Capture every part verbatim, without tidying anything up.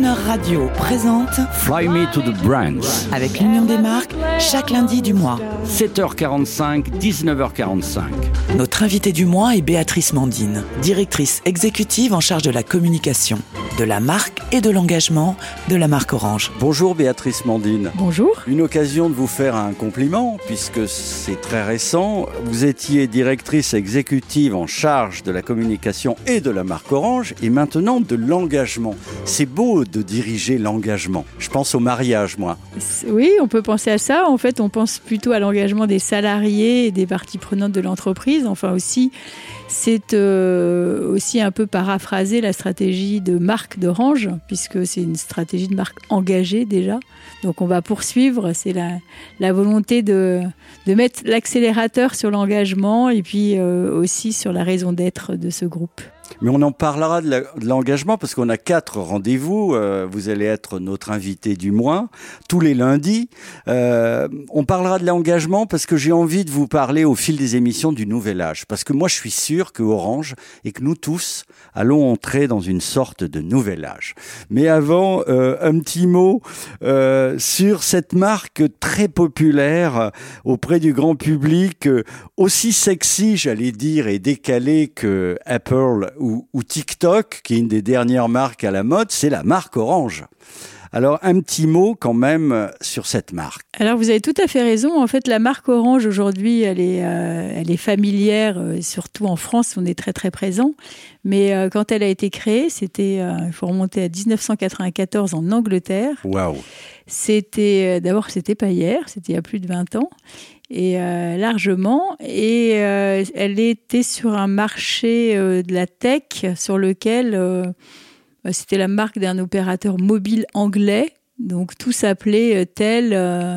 Croner Radio présente Fly Me to the Brands avec l'Union des marques chaque lundi du mois. sept heures quarante-cinq, dix-neuf heures quarante-cinq. Notre invitée du mois est Béatrice Mandine, directrice exécutive en charge de la communication, de la marque et de l'engagement de la marque Orange. Bonjour Béatrice Mandine. Bonjour. Une occasion de vous faire un compliment puisque c'est très récent. Vous étiez directrice exécutive en charge de la communication et de la marque Orange et maintenant de l'engagement. C'est beau de diriger l'engagement. Je pense au mariage, moi. Oui, on peut penser à ça. En fait, on pense plutôt à l'engagement des salariés et des parties prenantes de l'entreprise. Enfin aussi, c'est euh, aussi un peu paraphraser la stratégie de marque d'Orange, puisque c'est une stratégie de marque engagée déjà. Donc on va poursuivre, c'est la, la volonté de, de mettre l'accélérateur sur l'engagement et puis euh, aussi sur la raison d'être de ce groupe. Mais on en parlera de, la, de l'engagement parce qu'on a quatre rendez-vous. Euh, vous allez être notre invité du mois, tous les lundis. Euh, on parlera de l'engagement parce que j'ai envie de vous parler au fil des émissions du nouvel âge. Parce que moi, je suis sûr que Orange et que nous tous allons entrer dans une sorte de nouvel âge. Mais avant, euh, un petit mot euh, sur cette marque très populaire auprès du grand public, euh, aussi sexy, j'allais dire, et décalée que Apple ou, ou TikTok, qui est une des dernières marques à la mode, c'est la marque Orange. Alors, un petit mot quand même sur cette marque. Alors, vous avez tout à fait raison. En fait, la marque Orange, aujourd'hui, elle est, euh, elle est familière. Euh, surtout en France, on est très, très présent. Mais euh, quand elle a été créée, c'était, euh, il faut remonter à dix-neuf cent quatre-vingt-quatorze en Angleterre. Waouh. C'était, euh, d'abord, c'était pas hier, c'était il y a plus de vingt ans. Et euh, largement. Et euh, elle était sur un marché euh, de la tech sur lequel... Euh, C'était la marque d'un opérateur mobile anglais, donc tout s'appelait tel euh,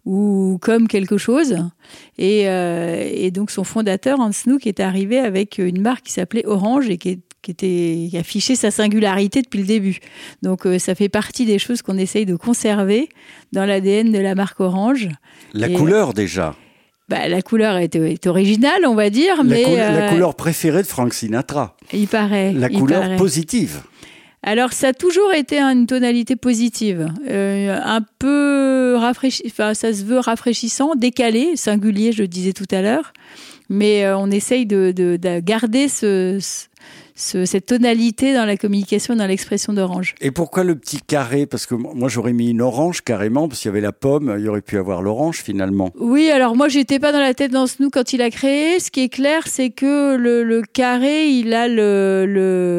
ou comme quelque chose. Et, euh, et donc son fondateur, Hans Nook, est arrivé avec une marque qui s'appelait Orange et qui, est, qui, était, qui affichait sa singularité depuis le début. Donc euh, ça fait partie des choses qu'on essaye de conserver dans l'A D N de la marque Orange. La et, couleur déjà. Bah, la couleur est, est originale, on va dire. La, mais cou- euh, la couleur préférée de Frank Sinatra. Il paraît. La il couleur paraît. positive. Alors, ça a toujours été une tonalité positive, euh, un peu rafraîchi, enfin, ça se veut rafraîchissant, décalé, singulier, je le disais tout à l'heure, mais euh, on essaye de, de, de garder ce, ce, cette tonalité dans la communication, dans l'expression d'Orange. Et pourquoi le petit carré ? Parce que moi, j'aurais mis une orange carrément, parce qu'il y avait la pomme, il y aurait pu avoir l'orange finalement. Oui, alors moi, j'étais pas dans la tête d'Hans Nook quand il a créé. Ce qui est clair, c'est que le, le carré, il a le,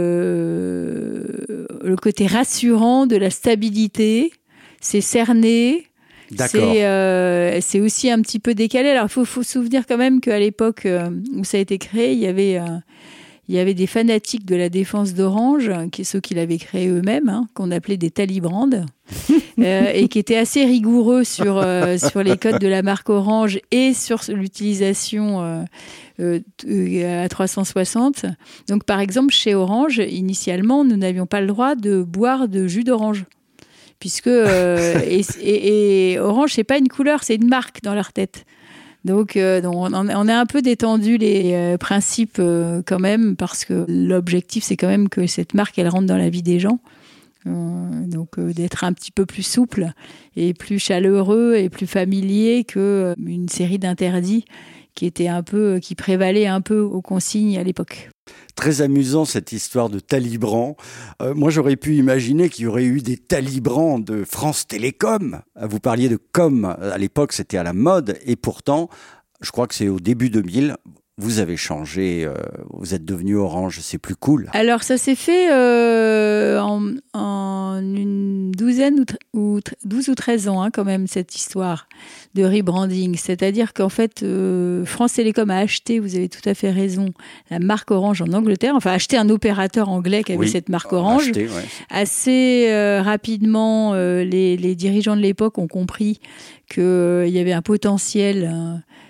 le, le côté rassurant de la stabilité. C'est cerné. D'accord. C'est, euh, c'est aussi un petit peu décalé. Alors, il faut, faut se souvenir quand même qu'à l'époque euh, où ça a été créé, il y avait... Euh, Il y avait des fanatiques de la défense d'Orange, qui, ceux qui l'avaient créé eux-mêmes, hein, qu'on appelait des talibrands, euh, et qui étaient assez rigoureux sur, euh, sur les codes de la marque Orange et sur l'utilisation euh, euh, à trois cent soixante. Donc, par exemple, chez Orange, initialement, nous n'avions pas le droit de boire de jus d'orange. Puisque euh, et, et, et Orange, c'est pas une couleur, c'est une marque dans leur tête. Donc, euh, donc on, on a un peu détendu les euh, principes euh, quand même, parce que l'objectif, c'est quand même que cette marque, elle rentre dans la vie des gens. Euh, donc, euh, d'être un petit peu plus souple et plus chaleureux et plus familier qu'une série d'interdits qui étaient un peu, qui prévalaient un peu aux consignes à l'époque. Très amusant cette histoire de talibran. Euh, moi, j'aurais pu imaginer qu'il y aurait eu des talibans de France Télécom. Vous parliez de com, à l'époque c'était à la mode, et pourtant, je crois que c'est au début deux mille, vous avez changé, euh, vous êtes devenu Orange, c'est plus cool. Alors ça s'est fait euh, en, en une douzaine ou, t- ou t- douze ou treize ans hein, quand même, cette histoire de rebranding. C'est-à-dire qu'en fait, euh, France Télécom a acheté, vous avez tout à fait raison, la marque Orange en Angleterre, enfin acheté un opérateur anglais qui avait Oui, cette marque Orange. acheté, ouais. Assez euh, rapidement, euh, les, les dirigeants de l'époque ont compris qu'il euh, y avait un potentiel... Euh,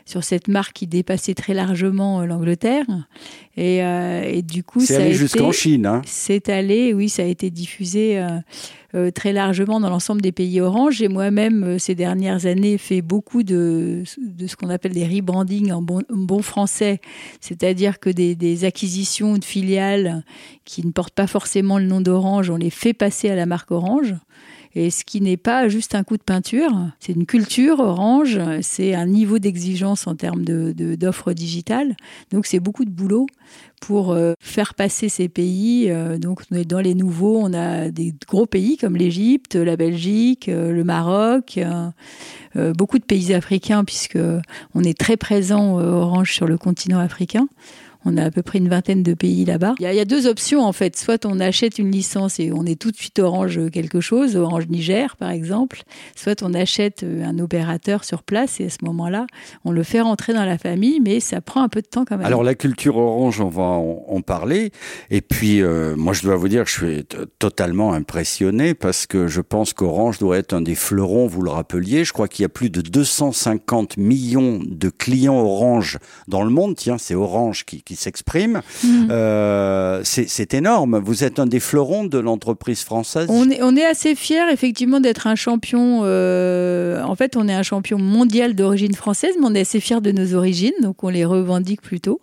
sur cette marque qui dépassait très largement l'Angleterre. Et, euh, et du coup, c'est ça allé a jusqu'en été, Chine. Hein. C'est allé, oui, ça a été diffusé euh, euh, très largement dans l'ensemble des pays Orange. J'ai moi-même, euh, ces dernières années, fait beaucoup de, de ce qu'on appelle des rebrandings en bon, bon français, c'est-à-dire que des, des acquisitions de filiales qui ne portent pas forcément le nom d'Orange, on les fait passer à la marque Orange. Et ce qui n'est pas juste un coup de peinture, c'est une culture Orange, c'est un niveau d'exigence en termes de, de, d'offres digitales. Donc c'est beaucoup de boulot pour euh, faire passer ces pays. Euh, donc on est dans les nouveaux, on a des gros pays comme l'Égypte, la Belgique, euh, le Maroc, euh, euh, beaucoup de pays africains puisque on est très présent euh, Orange sur le continent africain. On a à peu près une vingtaine de pays là-bas. Il y a, il y a deux options en fait. Soit on achète une licence et on est tout de suite Orange quelque chose, Orange Niger par exemple. Soit on achète un opérateur sur place et à ce moment-là, on le fait rentrer dans la famille, mais ça prend un peu de temps quand même. Alors la culture Orange, on va en, en parler. Et puis euh, moi je dois vous dire que je suis t- totalement impressionné parce que je pense qu'Orange doit être un des fleurons, vous le rappeliez. Je crois qu'il y a plus de deux cent cinquante millions de clients Orange dans le monde. Tiens, c'est Orange qui, qui s'exprime. Mmh. Euh, c'est, c'est énorme. Vous êtes un des fleurons de l'entreprise française. On est, on est assez fiers, effectivement, d'être un champion. Euh, en fait, on est un champion mondial d'origine française, mais on est assez fiers de nos origines, donc on les revendique plutôt.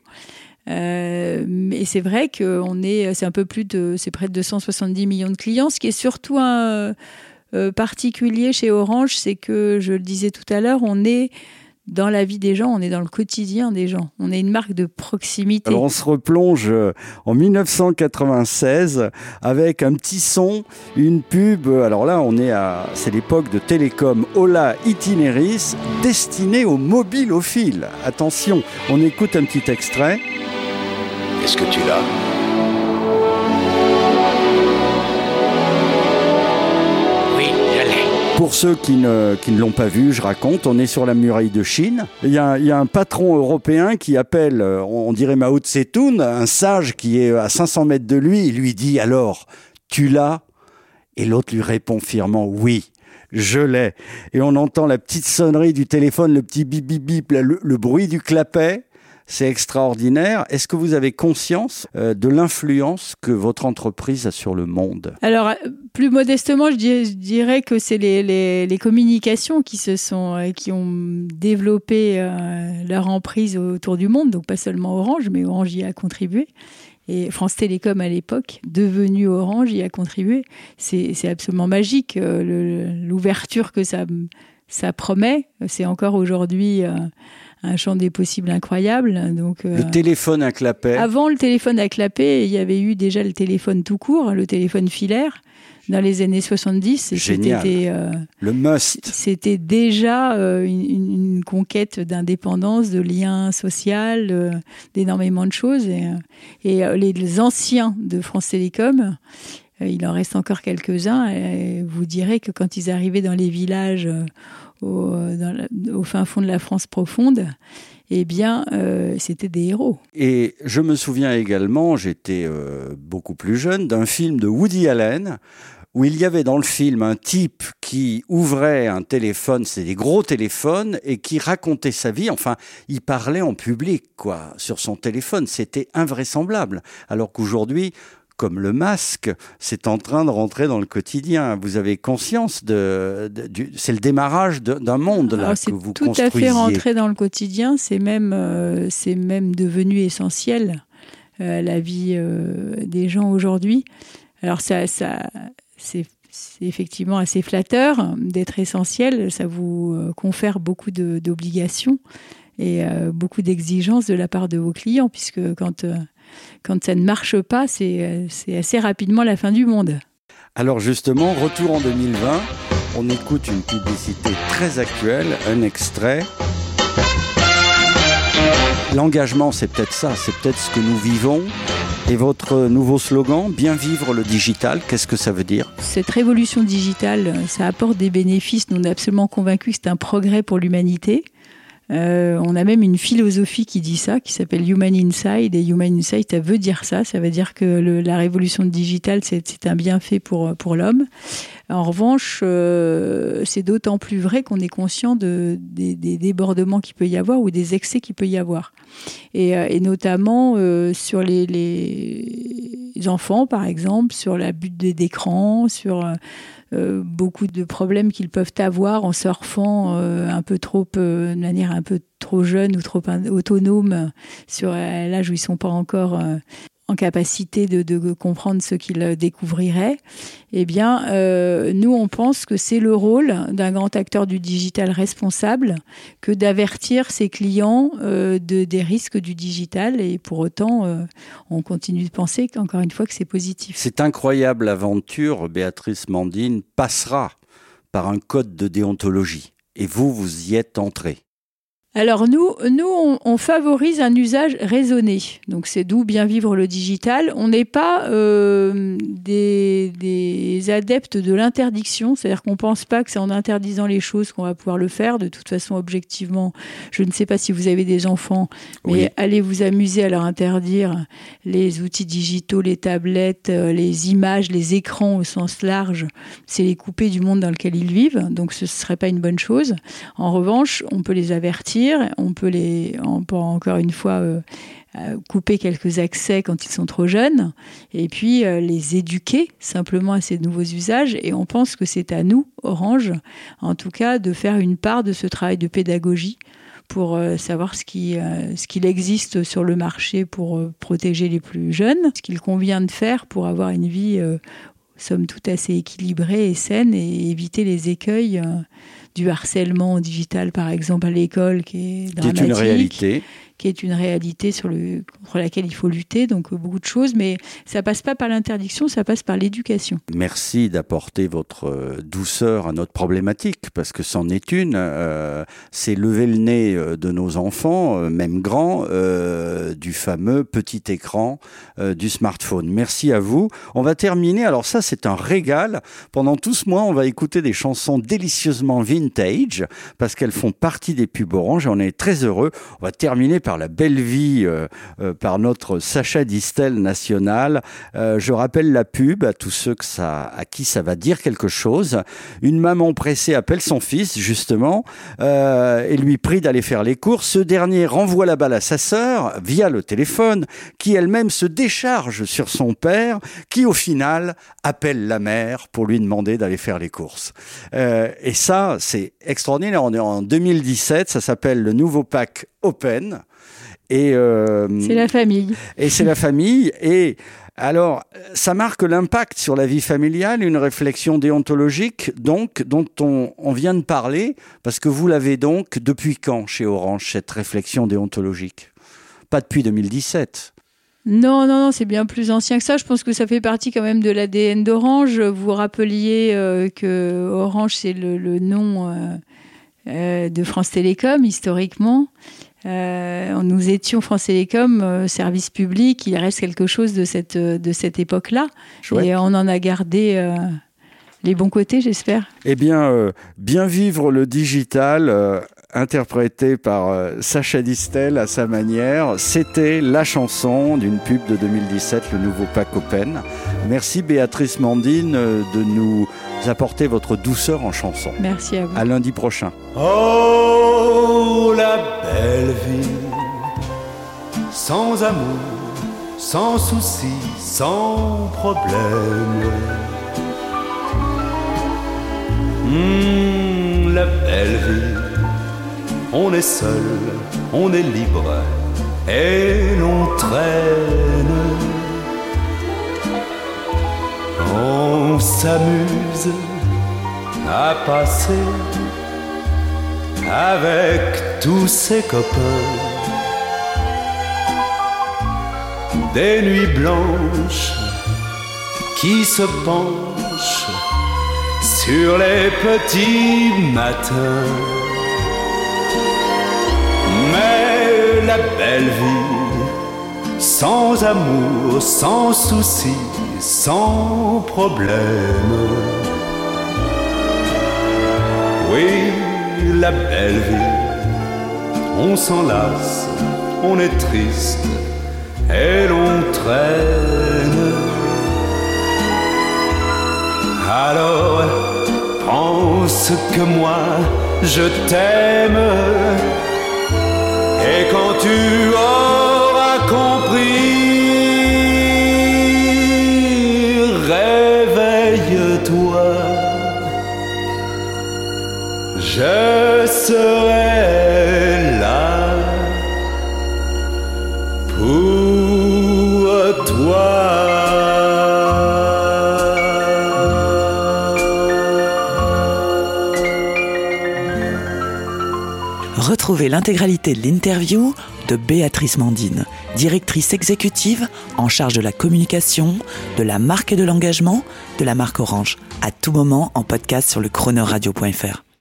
Euh, mais c'est vrai que on est, c'est un peu plus de, c'est près de deux cent soixante-dix millions de clients. Ce qui est surtout un euh, particulier chez Orange, c'est que, je le disais tout à l'heure, on est dans la vie des gens, on est dans le quotidien des gens. On est une marque de proximité. Alors on se replonge en dix-neuf cent quatre-vingt-seize avec un petit son, une pub. Alors là, on est à, c'est l'époque de Télécom Hola Itineris, destinée aux mobilophiles. Attention, on écoute un petit extrait. Est-ce que tu l'as ? Pour ceux qui ne, qui ne l'ont pas vu, je raconte, on est sur la muraille de Chine. Il y a, il y a un patron européen qui appelle, on dirait Mao Tse-tung, un sage qui est à cinq cents mètres de lui. Il lui dit alors, tu l'as ? Et l'autre lui répond fièrement, oui, je l'ai. Et on entend la petite sonnerie du téléphone, le petit bip bip bip, le, le bruit du clapet. C'est extraordinaire. Est-ce que vous avez conscience euh, de l'influence que votre entreprise a sur le monde ? Alors, plus modestement, je dirais, je dirais que c'est les, les, les communications qui se sont, euh, qui ont développé euh, leur emprise autour du monde. Donc, pas seulement Orange, mais Orange y a contribué. Et France Télécom, à l'époque, devenue Orange, y a contribué. C'est, c'est absolument magique. Euh, le, l'ouverture que ça, ça promet, c'est encore aujourd'hui... Euh, un champ des possibles incroyable. Donc, euh, le téléphone à clapet. Avant le téléphone à clapet, il y avait eu déjà le téléphone tout court, le téléphone filaire, dans les années soixante-dix. Génial. C'était, euh, le must. C'était déjà euh, une, une conquête d'indépendance, de lien social, euh, d'énormément de choses. Et, et euh, les, les anciens de France Télécom, euh, il en reste encore quelques-uns, et vous direz que quand ils arrivaient dans les villages... Euh, Au, dans la, au fin fond de la France profonde, eh bien, euh, c'était des héros. Et je me souviens également, j'étais euh, beaucoup plus jeune, d'un film de Woody Allen, où il y avait dans le film un type qui ouvrait un téléphone, c'est des gros téléphones, et qui racontait sa vie. Enfin, il parlait en public, quoi, sur son téléphone. C'était invraisemblable. Alors qu'aujourd'hui... comme le masque, c'est en train de rentrer dans le quotidien. Vous avez conscience de, de du, c'est le démarrage de, d'un monde là. Alors, que vous tout construisiez. Tout à fait rentré dans le quotidien. C'est même, euh, c'est même devenu essentiel euh, la vie euh, des gens aujourd'hui. Alors ça, ça, c'est, c'est effectivement assez flatteur d'être essentiel. Ça vous euh, confère beaucoup de, d'obligations et euh, beaucoup d'exigences de la part de vos clients, puisque quand euh, Quand ça ne marche pas, c'est, c'est assez rapidement la fin du monde. Alors justement, retour en deux mille vingt, on écoute une publicité très actuelle, un extrait. L'engagement, c'est peut-être ça, c'est peut-être ce que nous vivons. Et votre nouveau slogan, bien vivre le digital, qu'est-ce que ça veut dire ? Cette révolution digitale, ça apporte des bénéfices. Nous, on est absolument convaincus que c'est un progrès pour l'humanité. Euh, on a même une philosophie qui dit ça, qui s'appelle Human Inside. Et Human Inside, ça veut dire ça. Ça veut dire que le, la révolution digitale, c'est, c'est un bienfait pour, pour l'homme. En revanche, euh, c'est d'autant plus vrai qu'on est conscient de, des, des débordements qu'il peut y avoir ou des excès qu'il peut y avoir. Et, et notamment euh, sur les, les enfants, par exemple, sur l'abus d'écran, sur euh, beaucoup de problèmes qu'ils peuvent avoir en surfant euh, un peu trop, euh, de manière un peu trop jeune ou trop autonome sur euh, l'âge où ils ne sont pas encore euh, en capacité de, de comprendre ce qu'ils découvriraient. Eh bien, euh, nous, on pense que c'est le rôle d'un grand acteur du digital responsable que d'avertir ses clients euh, de, des risques du digital. Et pour autant, euh, on continue de penser qu'encore une fois que c'est positif. Cette incroyable aventure, Béatrice Mandine, passera par un code de déontologie. Et vous, vous y êtes entré. Alors nous, nous on, on favorise un usage raisonné. Donc c'est d'où bien vivre le digital. On n'est pas euh, des, des adeptes de l'interdiction, c'est-à-dire qu'on ne pense pas que c'est en interdisant les choses qu'on va pouvoir le faire. De toute façon, objectivement, je ne sais pas si vous avez des enfants, mais oui. Allez vous amuser à leur interdire les outils digitaux, les tablettes, les images, les écrans au sens large. C'est les couper du monde dans lequel ils vivent, donc ce ne serait pas une bonne chose. En revanche, on peut les avertir. On peut, les, on peut encore une fois euh, euh, couper quelques accès quand ils sont trop jeunes et puis euh, les éduquer simplement à ces nouveaux usages. Et on pense que c'est à nous, Orange, en tout cas, de faire une part de ce travail de pédagogie pour euh, savoir ce, qui, euh, ce qu'il existe sur le marché pour euh, protéger les plus jeunes, ce qu'il convient de faire pour avoir une vie, euh, somme toute, assez équilibrée et saine et éviter les écueils euh, du harcèlement digital, par exemple, à l'école, qui est dramatique. Qui est une réalité. Qui est une réalité sur le, contre laquelle il faut lutter, donc beaucoup de choses, mais ça passe pas par l'interdiction, ça passe par l'éducation. Merci d'apporter votre douceur à notre problématique, parce que c'en est une, euh, c'est lever le nez de nos enfants, euh, même grands, euh, du fameux petit écran euh, du smartphone. Merci à vous. On va terminer, alors ça c'est un régal, pendant tout ce mois on va écouter des chansons délicieusement vintage, parce qu'elles font partie des pubs Orange, et on est très heureux. On va terminer par la belle vie, euh, euh, par notre Sacha Distel national. Euh, je rappelle la pub à tous ceux que ça, à qui ça va dire quelque chose. Une maman pressée appelle son fils, justement, euh, et lui prie d'aller faire les courses. Ce dernier renvoie la balle à sa sœur via le téléphone, qui elle-même se décharge sur son père, qui au final appelle la mère pour lui demander d'aller faire les courses. Euh, et ça, c'est extraordinaire. On est en deux mille dix-sept, ça s'appelle le nouveau pack Open. Et euh, c'est la famille. Et c'est la famille. Et alors, ça marque l'impact sur la vie familiale, une réflexion déontologique, donc, dont on, on vient de parler, parce que vous l'avez donc depuis quand chez Orange, cette réflexion déontologique ? Pas depuis deux mille dix-sept. Non, non, non, c'est bien plus ancien que ça. Je pense que ça fait partie quand même de l'A D N d'Orange. Vous rappeliez euh, que Orange, c'est le, le nom euh, euh, de France Télécom, historiquement. Euh, nous étions France Télécom, euh, service public, il reste quelque chose de cette, de cette époque-là. Chouette. Et on en a gardé euh, les bons côtés, j'espère. Eh bien, euh, bien vivre le digital, euh, interprété par euh, Sacha Distel à sa manière, c'était la chanson d'une pub de deux mille dix-sept, le nouveau pack Open. Merci Béatrice Mandine euh, de nous apporter votre douceur en chanson. Merci à vous. À lundi prochain. Oh, la belle vie, sans amour, sans souci, sans problème. Mmh, la belle vie, on est seul, on est libre et l'on traîne. On s'amuse à passer avec tous ses copains des nuits blanches qui se penchent sur les petits matins. Mais la belle vie, sans amour, sans souci, sans problème. Oui, la belle vie, on s'en lasse, on est triste et l'on traîne. Alors pense que moi je t'aime. Et quand tu auras compris, réveille-toi, je serai là pour toi. Retrouvez l'intégralité de l'interview de Béatrice Mandine, directrice exécutive en charge de la communication, de la marque et de l'engagement de la marque Orange, à tout moment en podcast sur le chrono radio point f r.